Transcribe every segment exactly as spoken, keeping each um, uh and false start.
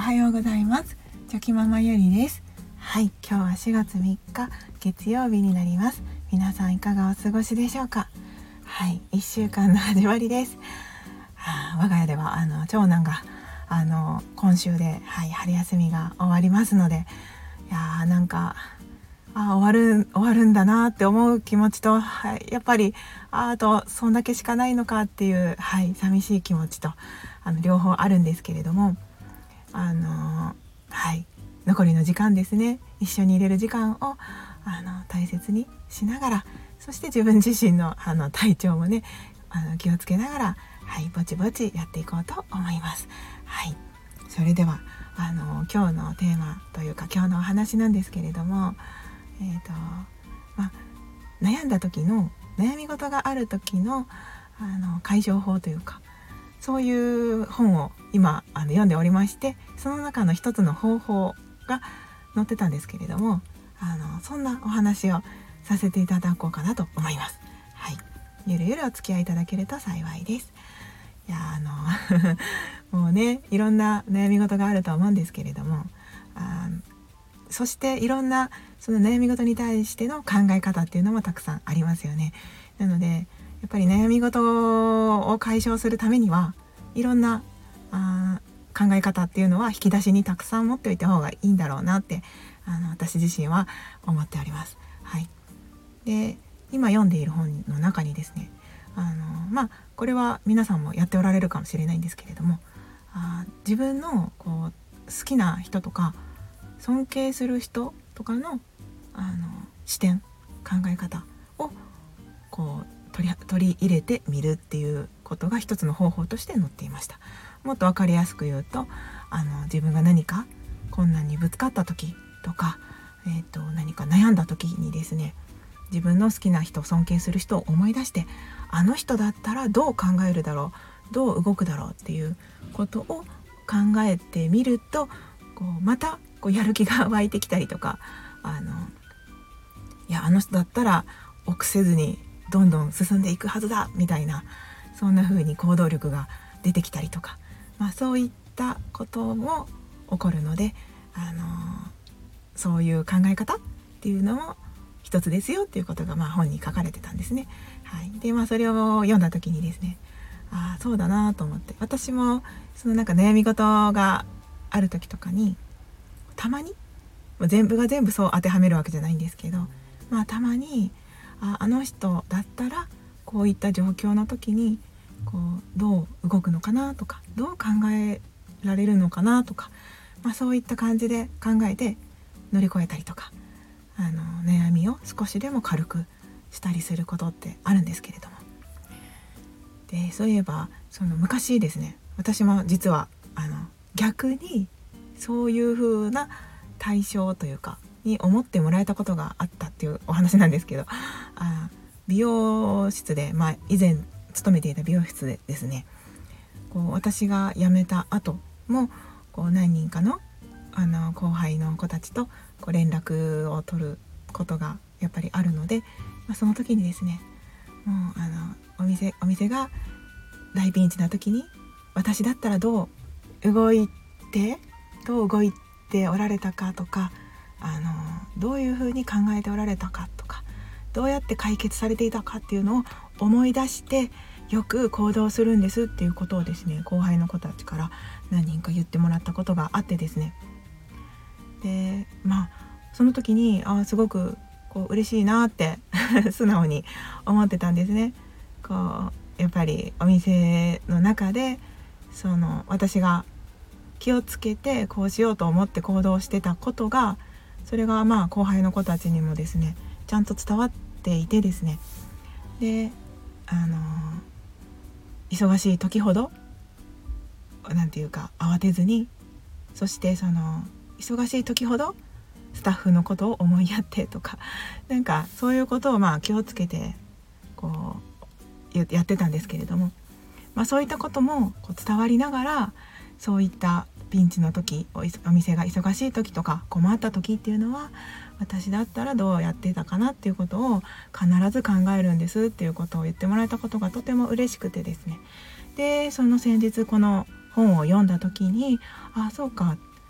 はようございます。チョキママゆりです。はい、今日はしがつみっか月曜日になります。皆さんいかがお過ごしでしょうか。はい、いっしゅうかんの始まりです。はあ、我が家ではあの長男があの今週で、はい、春休みが終わりますので、いやーなんかあ終わる終わるんだなって思う気持ちと、はい、やっぱりああとそんだけしかないのかっていう、はい、寂しい気持ちとあの両方あるんですけれども、あのはい、残りの時間ですね、一緒にいれる時間をあの大切にしながら、そして自分自身のあの体調もねあの気をつけながら、はい、ぼちぼちやっていこうと思います。はい、それではあの今日のテーマというか今日のお話なんですけれども、えーとまあ、悩んだ時の悩み事がある時の、あの解消法というか、そういう本を今あの読んでおりまして、その中の一つの方法が載ってたんですけれども、あのそんなお話をさせていただこうかなと思います。はい、ゆるゆるお付き合いいただけると幸いです。いやあのもうね、いろんな悩み事があると思うんですけれども、あそしていろんなその悩み事に対しての考え方っていうのもたくさんありますよね。なのでやっぱり悩み事を解消するためにはいろんなあ考え方っていうのは引き出しにたくさん持っておいた方がいいんだろうなってあの私自身は思っております。はい、で今読んでいる本の中にですね、あのまあこれは皆さんもやっておられるかもしれないんですけれども、あ自分のこう好きな人とか尊敬する人とかの、あの視点考え方をこう取り、取り入れてみるっていうことが一つの方法として載っていました。もっと分かりやすく言うと、あの自分が何か困難にぶつかった時とか、えーと、何か悩んだ時にですね、自分の好きな人、尊敬する人を思い出して、あの人だったらどう考えるだろう、どう動くだろうっていうことを考えてみると、こうまたこうやる気が湧いてきたりとか、あのいやあの人だったら臆せずにどんどん進んでいくはずだみたいな、そんな風に行動力が出てきたりとか、まあ、そういったことも起こるので、あのそういう考え方っていうのも一つですよっていうことが、まあ、本に書かれてたんですね。はい、で、まあ、それを読んだ時にですね、ああそうだなと思って、私もそのなんか悩み事がある時とかにたまに全部が全部そう当てはめるわけじゃないんですけど、まあたまに あ, あの人だったらこういった状況の時にこうどう動くのかなとか、どう考えられるのかなとか、まあ、そういった感じで考えて乗り越えたりとか、あの悩みを少しでも軽くしたりすることってあるんですけれども、でそういえばその昔ですね、私も実はあの逆にそういう風な対象というかに思ってもらえたことがあったっていうお話なんですけど、あ美容室で、まあ、以前勤めていた美容室でですね、こう私が辞めた後もこう何人かの、あの後輩の子たちとこう連絡を取ることがやっぱりあるので、まあ、その時にですね、もうあのお店お店が大ピンチな時に私だったらどう動いてどう動いておられたかとか、あのどういうふうに考えておられたかとか、どうやって解決されていたかっていうのを思い出してよく行動するんですっていうことをですね、後輩の子たちから何人か言ってもらったことがあってですね、でまあその時にあすごくこう嬉しいなって素直に思ってたんですね。こうやっぱりお店の中でその私が気をつけてこうしようと思って行動してたことが、それがまあ後輩の子たちにもですねちゃんと伝わっていてですね、であの忙しい時ほどなんていうか慌てずに、そしてその忙しい時ほどスタッフのことを思いやってとか、なんかそういうことをまあ気をつけてこうやってたんですけれども、まあ、そういったこともこう伝わりながら、そういったピンチの時、お店が忙しい時とか困った時っていうのは私だったらどうやってたかなっていうことを必ず考えるんですっていうことを言ってもらえたことがとても嬉しくてですね、でその先日この本を読んだ時に、あそうか、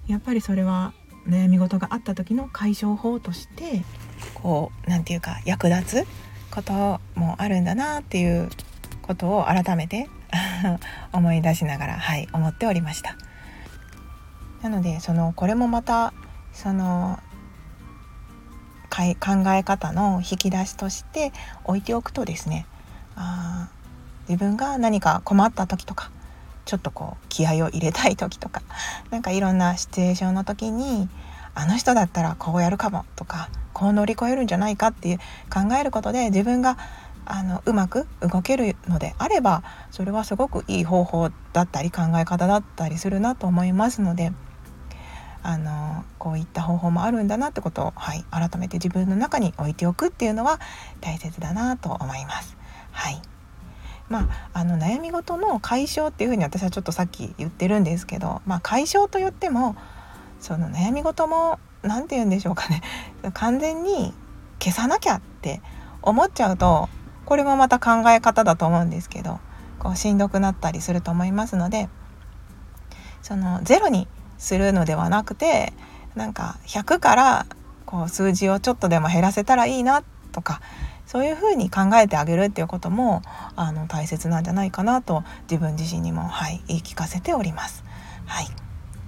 やっぱりそれは悩み事があった時の解消法としてこうなんていうか役立つこともあるんだなっていうことを改めて思い出しながら、はい、思っておりました。なのでそのこれもまたその考え方の引き出しとして置いておくとですね、あ自分が何か困った時とかちょっとこう気合を入れたい時とかなんかいろんなシチュエーションの時にあの人だったらこうやるかもとかこう乗り越えるんじゃないかっていう考えることで自分があのうまく動けるのであればそれはすごくいい方法だったり考え方だったりするなと思いますので、あのこういった方法もあるんだなってことを、はい、改めて自分の中に置いておくっていうのは大切だなと思います。はい。まあ、あの悩み事の解消っていうふうに私はちょっとさっき言ってるんですけど、まあ、解消と言ってもその悩み事もなんて言うんでしょうかね完全に消さなきゃって思っちゃうとこれもまた考え方だと思うんですけどこうしんどくなったりすると思いますので、そのゼロにするのではなくてなんかひゃくからこう数字をちょっとでも減らせたらいいなとかそういうふうに考えてあげるっていうこともあの大切なんじゃないかなと自分自身にも、はい、言い聞かせております。はい。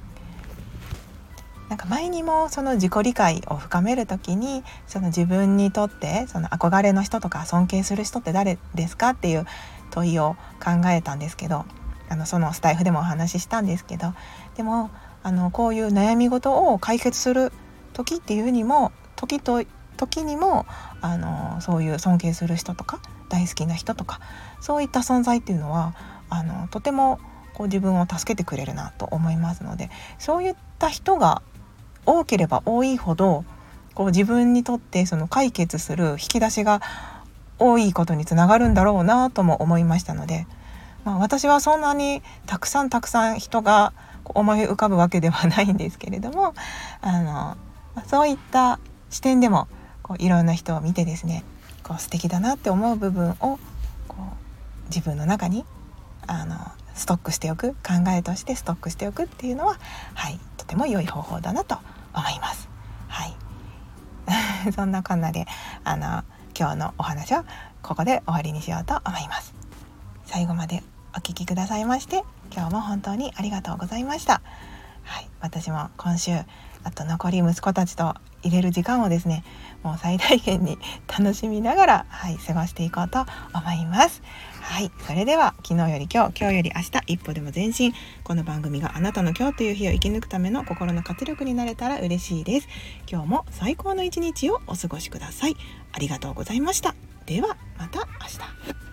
なんか前にもその自己理解を深めるときにその自分にとってその憧れの人とか尊敬する人って誰ですかっていう問いを考えたんですけど、あのそのスタイフでもお話ししたんですけど、でもあのこういう悩み事を解決する時っていうにも時と時にもあのそういう尊敬する人とか大好きな人とかそういった存在っていうのはあのとてもこう自分を助けてくれるなと思いますので、そういった人が多ければ多いほどこう自分にとってその解決する引き出しが多いことにつながるんだろうなとも思いましたので、まあ、私はそんなにたくさんたくさん人が思い浮かぶわけではないんですけれども、あのそういった視点でもこういろんな人を見てですねこう素敵だなって思う部分をこう自分の中にあのストックしておく考えとしてストックしておくっていうのは、はい、とても良い方法だなと思います。はい、そんなこんなであの今日のお話はここで終わりにしようと思います。最後までお聞きくださいまして今日も本当にありがとうございました。はい、私も今週あと残り息子たちと入れる時間をですねもう最大限に楽しみながら、はい、過ごしていこうと思います。はい、それでは昨日より今日今日より明日一歩でも前進、この番組があなたの今日という日を生き抜くための心の活力になれたら嬉しいです。今日も最高の一日をお過ごしください。ありがとうございました。ではまた明日。